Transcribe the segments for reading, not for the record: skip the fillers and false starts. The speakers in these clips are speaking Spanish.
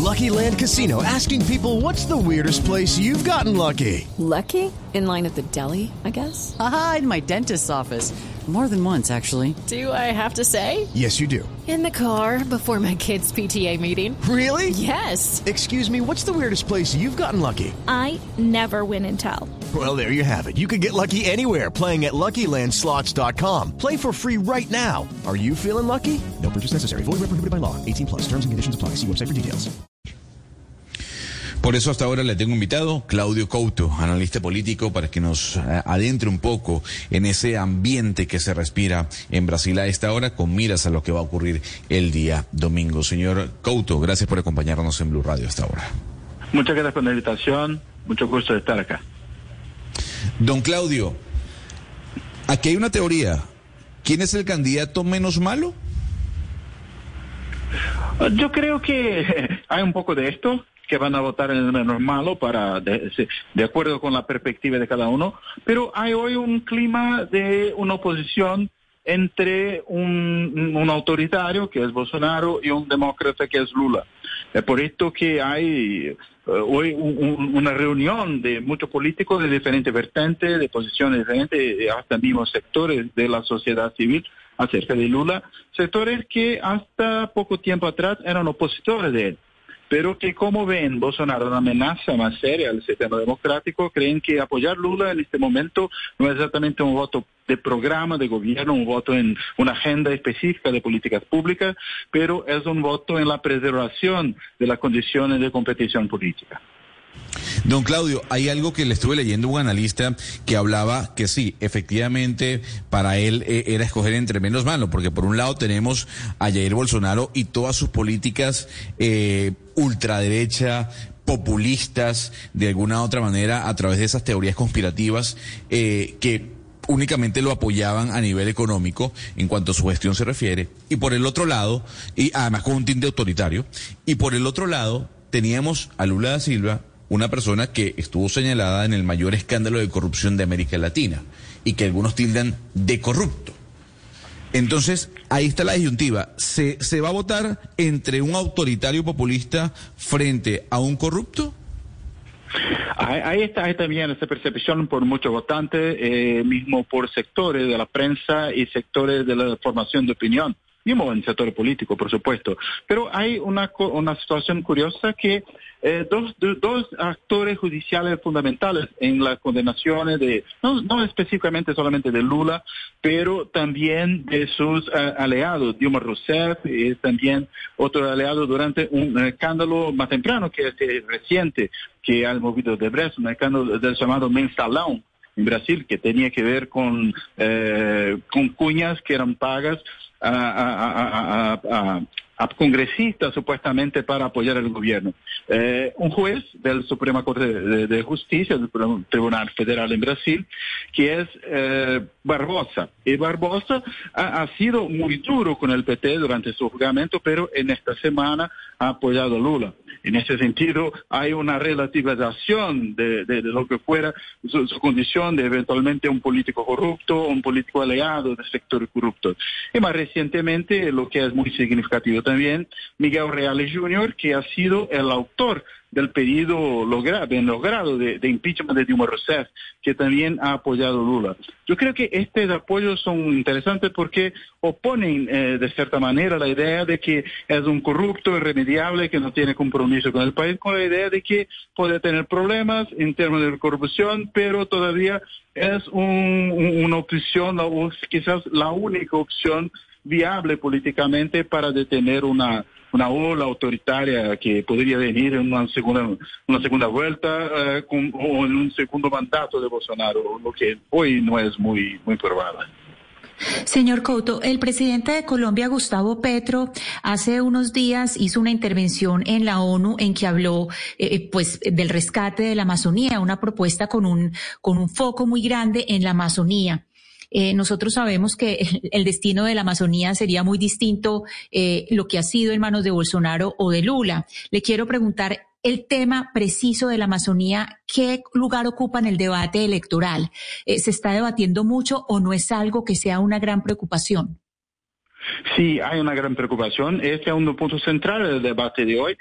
Lucky Land Casino, asking people, what's the weirdest place you've gotten lucky? Lucky? In line at the deli, I guess? Aha, in my dentist's office. More than once, actually. Do I have to say? Yes, you do. In the car before my kids' PTA meeting. Really? Yes. Excuse me, what's the weirdest place you've gotten lucky? I never win and tell. Well, there you have it. You can get lucky anywhere, playing at LuckyLandSlots.com. Play for free right now. Are you feeling lucky? No purchase necessary. Void where prohibited by law. 18+. Terms and conditions apply. See website for details. Por eso hasta ahora le tengo invitado Claudio Couto, analista político, para que nos adentre un poco en ese ambiente que se respira en Brasil a esta hora, con miras a lo que va a ocurrir el día domingo. Señor Couto, gracias por acompañarnos en Blue Radio hasta ahora. Muchas gracias por la invitación, mucho gusto de estar acá. Don Claudio, aquí hay una teoría. ¿Quién es el candidato menos malo? Yo creo que hay un poco de esto, que van a votar en el menos malo de acuerdo con la perspectiva de cada uno, pero hay hoy un clima de una oposición entre un autoritario, que es Bolsonaro, y un demócrata, que es Lula. Por esto que hay hoy una reunión de muchos políticos de diferentes vertientes, de posiciones diferentes, hasta mismos sectores de la sociedad civil, acerca de Lula, sectores que hasta poco tiempo atrás eran opositores de él, pero que, como ven Bolsonaro una amenaza más seria al sistema democrático, creen que apoyar Lula en este momento no es exactamente un voto de programa de gobierno, un voto en una agenda específica de políticas públicas, pero es un voto en la preservación de las condiciones de competición política. Don Claudio, hay algo que le estuve leyendo, un analista que hablaba que sí, efectivamente, para él era escoger entre menos malo, porque por un lado tenemos a Jair Bolsonaro y todas sus políticas ultraderecha, populistas, de alguna u otra manera, a través de esas teorías conspirativas que únicamente lo apoyaban a nivel económico en cuanto a su gestión se refiere, y por el otro lado, y además con un tinte autoritario, y por el otro lado teníamos a Lula da Silva, una persona que estuvo señalada en el mayor escándalo de corrupción de América Latina y que algunos tildan de corrupto. Entonces, ahí está la disyuntiva. ¿Se va a votar entre un autoritario populista frente a un corrupto? Ahí está también esa percepción por muchos votantes, mismo por sectores de la prensa y sectores de la formación de opinión, mismo en el sector político, por supuesto. Pero hay una situación curiosa que dos actores judiciales fundamentales en las condenaciones no específicamente solamente de Lula, pero también de sus aliados, Dilma Rousseff, y también otro aliado durante un escándalo más temprano, que es reciente, que ha movido de Brecht, un escándalo del llamado Mensalão en Brasil, que tenía que ver con cuñas que eran pagas a congresistas supuestamente para apoyar al gobierno. Un juez del Suprema Corte de Justicia, del Tribunal Federal en Brasil, que es Barbosa. Y Barbosa ha sido muy duro con el PT durante su juramento, pero en esta semana ha apoyado a Lula. En ese sentido, hay una relativización de lo que fuera su condición de eventualmente un político corrupto, un político aliado de sectores corruptos. Y más recientemente, lo que es muy significativo también, Miguel Reale Jr., que ha sido el autor del pedido logrado de impeachment de Dilma Rousseff, que también ha apoyado a Lula. Yo creo que estos apoyos son interesantes porque oponen de cierta manera la idea de que es un corrupto irremediable que no tiene compromiso con el país, con la idea de que puede tener problemas en términos de corrupción, pero todavía es una opción, o quizás la única opción viable políticamente para detener una ola autoritaria que podría venir en una segunda vuelta o en un segundo mandato de Bolsonaro, lo que hoy no es muy probable. Señor Couto, el presidente de Colombia, Gustavo Petro, hace unos días hizo una intervención en la ONU en que habló pues del rescate de la Amazonía, una propuesta con un foco muy grande en la Amazonía. Nosotros sabemos que el destino de la Amazonía sería muy distinto lo que ha sido en manos de Bolsonaro o de Lula. Le quiero preguntar el tema preciso de la Amazonía, ¿qué lugar ocupa en el debate electoral? ¿Se está debatiendo mucho o no es algo que sea una gran preocupación? Sí, hay una gran preocupación. Este es un punto central del debate de hoy.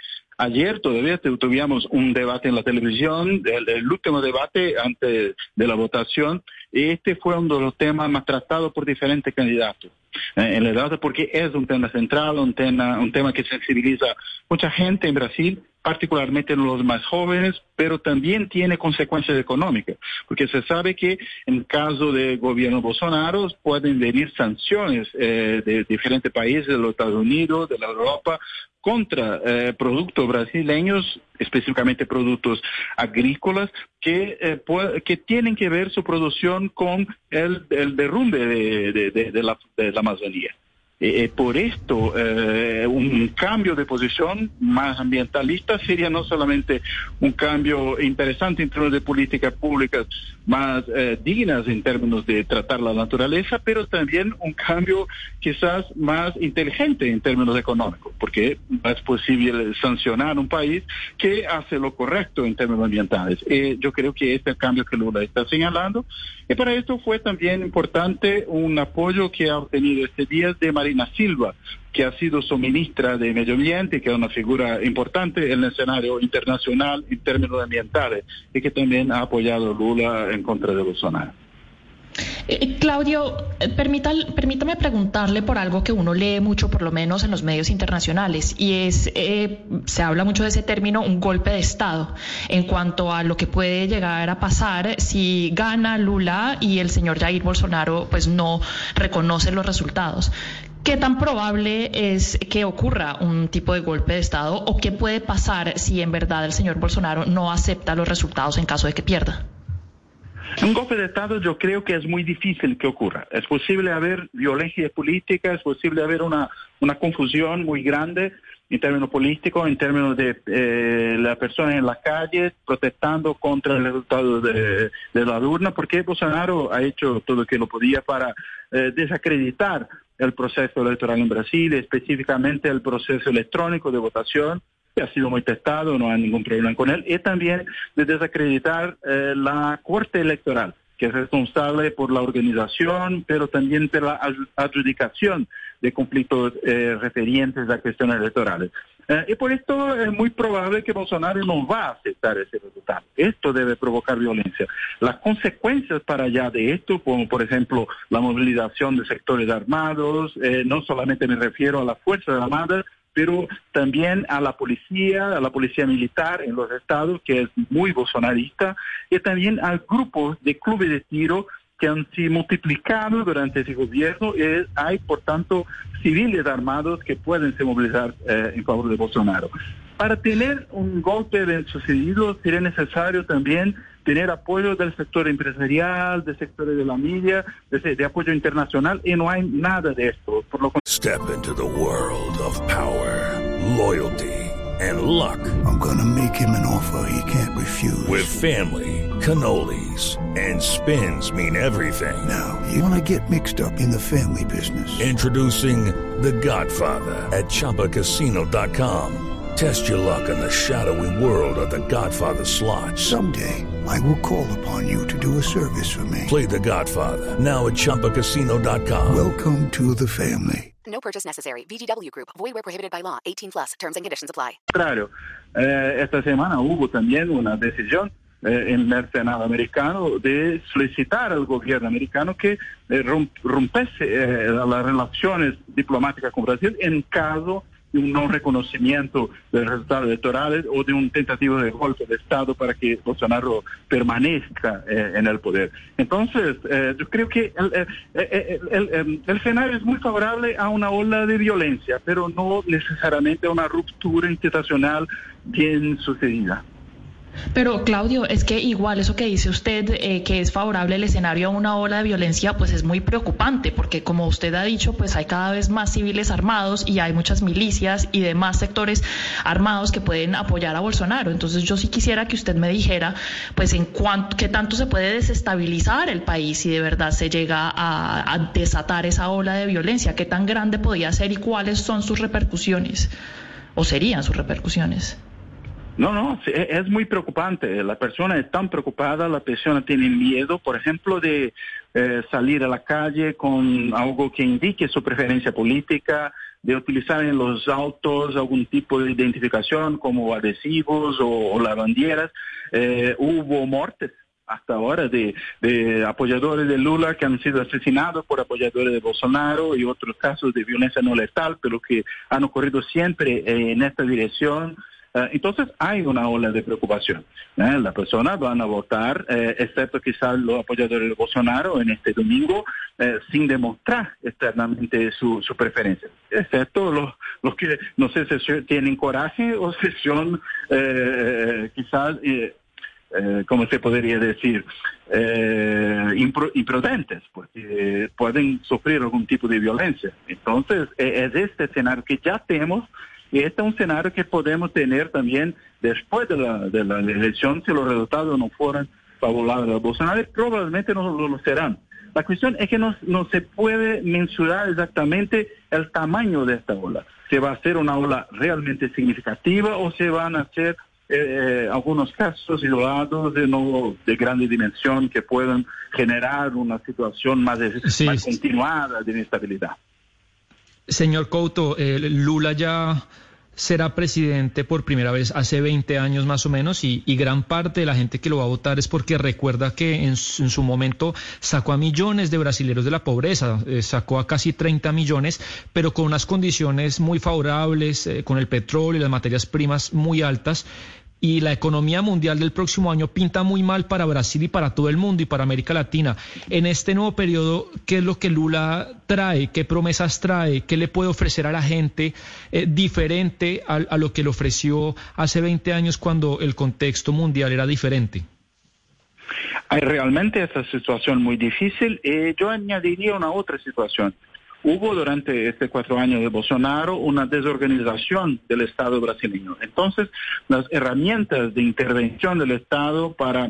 Ayer todavía tuvimos un debate en la televisión, el último debate antes de la votación, y este fue uno de los temas más tratados por diferentes candidatos. En el debate, porque es un tema central, un tema que sensibiliza mucha gente en Brasil, particularmente los más jóvenes, pero también tiene consecuencias económicas, porque se sabe que en caso del gobierno Bolsonaro pueden venir sanciones de diferentes países, de los Estados Unidos, de la Europa, contra productos brasileños, específicamente productos agrícolas, que tienen que ver su producción con el derrumbe de la Amazonía. Por esto, un cambio de posición más ambientalista sería no solamente un cambio interesante en términos de políticas públicas más dignas en términos de tratar la naturaleza, pero también un cambio quizás más inteligente en términos económicos, porque es posible sancionar un país que hace lo correcto en términos ambientales. Yo creo que este es el cambio que Lula está señalando, y para esto fue también importante un apoyo que ha obtenido este día de Marina Silva, que ha sido su ministra de Medio Ambiente, que es una figura importante en el escenario internacional en términos ambientales, y que también ha apoyado a Lula en contra de Bolsonaro. Claudio, permítame preguntarle por algo que uno lee mucho, por lo menos en los medios internacionales, y es, se habla mucho de ese término, un golpe de Estado, en cuanto a lo que puede llegar a pasar si gana Lula y el señor Jair Bolsonaro pues no reconoce los resultados. ¿Qué tan probable es que ocurra un tipo de golpe de Estado, o qué puede pasar si en verdad el señor Bolsonaro no acepta los resultados en caso de que pierda? Un golpe de Estado yo creo que es muy difícil que ocurra. Es posible haber violencia política, es posible haber una confusión muy grande en términos políticos, en términos de las personas en la calle protestando contra el resultado de la urna, porque Bolsonaro ha hecho todo lo que lo podía para desacreditar el proceso electoral en Brasil, específicamente el proceso electrónico de votación, que ha sido muy testado, no hay ningún problema con él, y también de desacreditar la Corte Electoral, que es responsable por la organización, pero también por la adjudicación de conflictos referentes a cuestiones electorales. Y por esto es muy probable que Bolsonaro no va a aceptar ese resultado. Esto debe provocar violencia. Las consecuencias para allá de esto, como por ejemplo la movilización de sectores armados, no solamente me refiero a las Fuerzas Armadas, pero también a la policía militar en los estados, que es muy bolsonarista, y también a grupos de clubes de tiro que han sido multiplicados durante ese gobierno. Hay, por tanto, civiles armados que pueden se movilizar en favor de Bolsonaro. Para tener un golpe bien sucedido sería necesario también tener apoyo del sector empresarial, del sector de la media, de apoyo internacional, y no hay nada de esto. Step into the world of power, loyalty, and luck. I'm gonna make him an offer he can't refuse. With family, cannolis, and spins mean everything. Now, you wanna get mixed up in the family business. Introducing The Godfather at ChumbaCasino.com. Test your luck in the shadowy world of The Godfather slot. Someday, I will call upon you to do a service for me. Play The Godfather, now at ChumbaCasino.com. Welcome to the family. No purchase necessary. VGW Group. Void where prohibited by law. 18+. Terms and conditions apply. Claro, esta semana hubo también una decisión en el Senado americano de solicitar al gobierno americano que rompiese las relaciones diplomáticas con Brasil en caso de un no reconocimiento de los resultados electorales o de un tentativo de golpe de Estado para que Bolsonaro permanezca en el poder. Entonces, yo creo que el escenario es muy favorable a una ola de violencia, pero no necesariamente a una ruptura institucional bien sucedida. Pero Claudio, es que igual eso que dice usted, que es favorable el escenario a una ola de violencia, pues es muy preocupante, porque como usted ha dicho, pues hay cada vez más civiles armados y hay muchas milicias y demás sectores armados que pueden apoyar a Bolsonaro. Entonces yo sí quisiera que usted me dijera, pues en cuánto, qué tanto se puede desestabilizar el país si de verdad se llega a desatar esa ola de violencia, qué tan grande podría ser y cuáles son sus repercusiones, o serían sus repercusiones. No, es muy preocupante. La persona es tan preocupada, la persona tiene miedo, por ejemplo, de salir a la calle con algo que indique su preferencia política, de utilizar en los autos algún tipo de identificación como adhesivos o lavandieras. Hubo muertes hasta ahora de apoyadores de Lula que han sido asesinados por apoyadores de Bolsonaro y otros casos de violencia no letal, pero que han ocurrido siempre en esta dirección. Entonces hay una ola de preocupación. Las personas van a votar, excepto quizás los apoyadores de Bolsonaro en este domingo, sin demostrar externamente su preferencia. Excepto los que no sé si tienen coraje o si son quizás... ¿cómo se podría decir? Imprudentes, porque pueden sufrir algún tipo de violencia. Entonces, es este escenario que ya tenemos, y este es un escenario que podemos tener también después de la elección, si los resultados no fueran favorables a Bolsonaro, probablemente no lo serán. La cuestión es que no se puede mensurar exactamente el tamaño de esta ola. ¿Se va a hacer una ola realmente significativa o se van a hacer algunos casos isolados de grande dimensión que puedan generar una situación más continuada de inestabilidad? Señor Couto, Lula ya será presidente por primera vez hace 20 años más o menos y gran parte de la gente que lo va a votar es porque recuerda que en su momento sacó a millones de brasileños de la pobreza, sacó a casi 30 millones, pero con unas condiciones muy favorables, con el petróleo y las materias primas muy altas. Y la economía mundial del próximo año pinta muy mal para Brasil y para todo el mundo y para América Latina. En este nuevo periodo, ¿qué es lo que Lula trae? ¿Qué promesas trae? ¿Qué le puede ofrecer a la gente diferente a lo que le ofreció hace 20 años cuando el contexto mundial era diferente? Hay realmente esa situación muy difícil. Yo añadiría una otra situación. Hubo durante estos 4 años de Bolsonaro una desorganización del Estado brasileño. Entonces, las herramientas de intervención del Estado para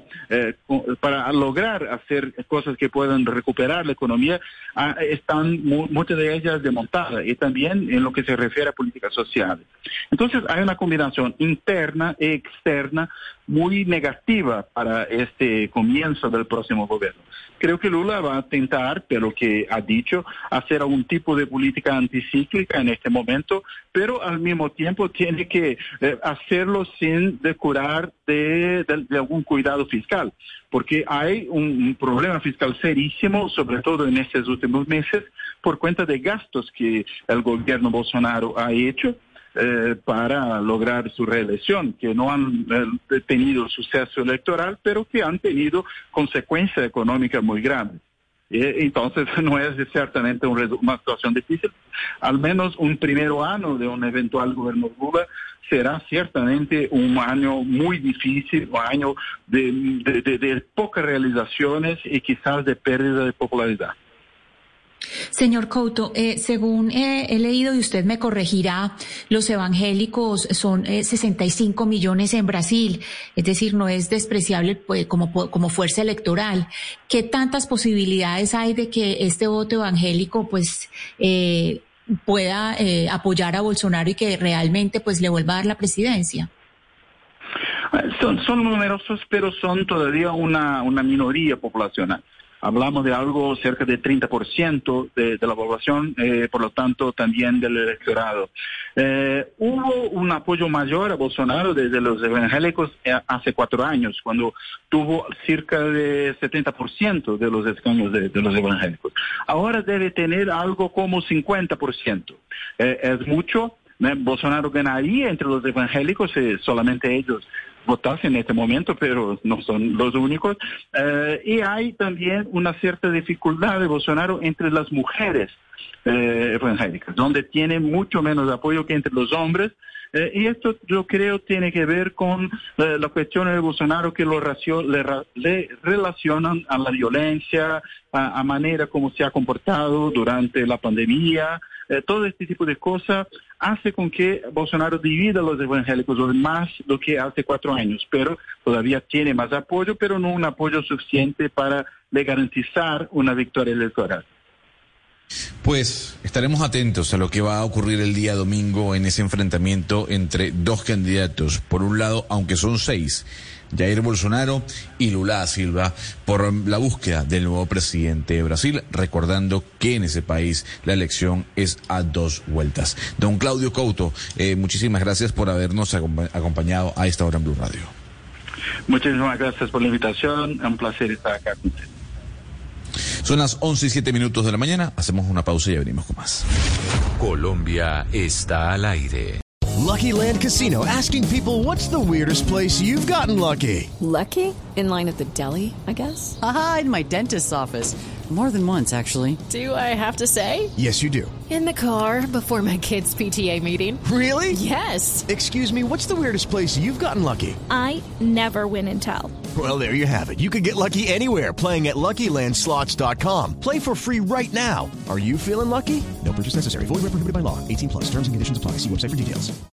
lograr hacer cosas que puedan recuperar la economía están muchas de ellas desmontadas, y también en lo que se refiere a políticas sociales. Entonces, hay una combinación interna e externa muy negativa para este comienzo del próximo gobierno. Creo que Lula va a intentar, pero que ha dicho, hacer algún tipo de política anticíclica en este momento, pero al mismo tiempo tiene que hacerlo sin descuidar de algún cuidado fiscal, porque hay un problema fiscal serísimo, sobre todo en estos últimos meses, por cuenta de gastos que el gobierno Bolsonaro ha hecho para lograr su reelección, que no han tenido suceso electoral, pero que han tenido consecuencias económicas muy grandes. Entonces no es ciertamente una situación difícil. Al menos un primer año de un eventual gobierno Lula será ciertamente un año muy difícil, un año de pocas realizaciones y quizás de pérdida de popularidad. Señor Couto, según he leído y usted me corregirá, los evangélicos son 65 millones en Brasil, es decir, no es despreciable pues, como fuerza electoral. ¿Qué tantas posibilidades hay de que este voto evangélico pues pueda apoyar a Bolsonaro y que realmente pues le vuelva a dar la presidencia? Son numerosos, pero son todavía una minoría poblacional. Hablamos de algo cerca de 30% de la población, por lo tanto también del electorado. Hubo un apoyo mayor a Bolsonaro desde los evangélicos hace 4 años, cuando tuvo cerca de 70% de los escaños de los evangélicos. Ahora debe tener algo como 50%. Es mucho. Bolsonaro ganaría entre los evangélicos, solamente ellos votasen en este momento, pero no son los únicos. Y hay también una cierta dificultad de Bolsonaro entre las mujeres evangélicas, donde tiene mucho menos apoyo que entre los hombres. Y esto yo creo tiene que ver con la cuestión de Bolsonaro que le relacionan a la violencia, a manera como se ha comportado durante la pandemia. Todo este tipo de cosas hace con que Bolsonaro divida a los evangélicos más do que hace 4 años, pero todavía tiene más apoyo, pero no un apoyo suficiente para le garantizar una victoria electoral. Pues estaremos atentos a lo que va a ocurrir el día domingo en ese enfrentamiento entre dos candidatos. Por un lado, aunque son 6, Jair Bolsonaro y Lula da Silva por la búsqueda del nuevo presidente de Brasil, recordando que en ese país la elección es a 2 vueltas. Don Claudio Couto, muchísimas gracias por habernos acompañado a esta hora en Blue Radio. Muchísimas gracias por la invitación, es un placer estar acá con ustedes. Son las 11:07 de la mañana, hacemos una pausa y ya venimos con más. Colombia está al aire. Lucky Land Casino, asking people, what's the weirdest place you've gotten lucky? Lucky? In line at the deli, I guess? Aha, in my dentist's office. More than once, actually. Do I have to say? Yes, you do. In the car before my kids' PTA meeting. Really? Yes. Excuse me, what's the weirdest place you've gotten lucky? I never win and tell. Well, there you have it. You can get lucky anywhere, playing at LuckyLandSlots.com. Play for free right now. Are you feeling lucky? No purchase necessary. Void where prohibited by law. 18+. Terms and conditions apply. See website for details.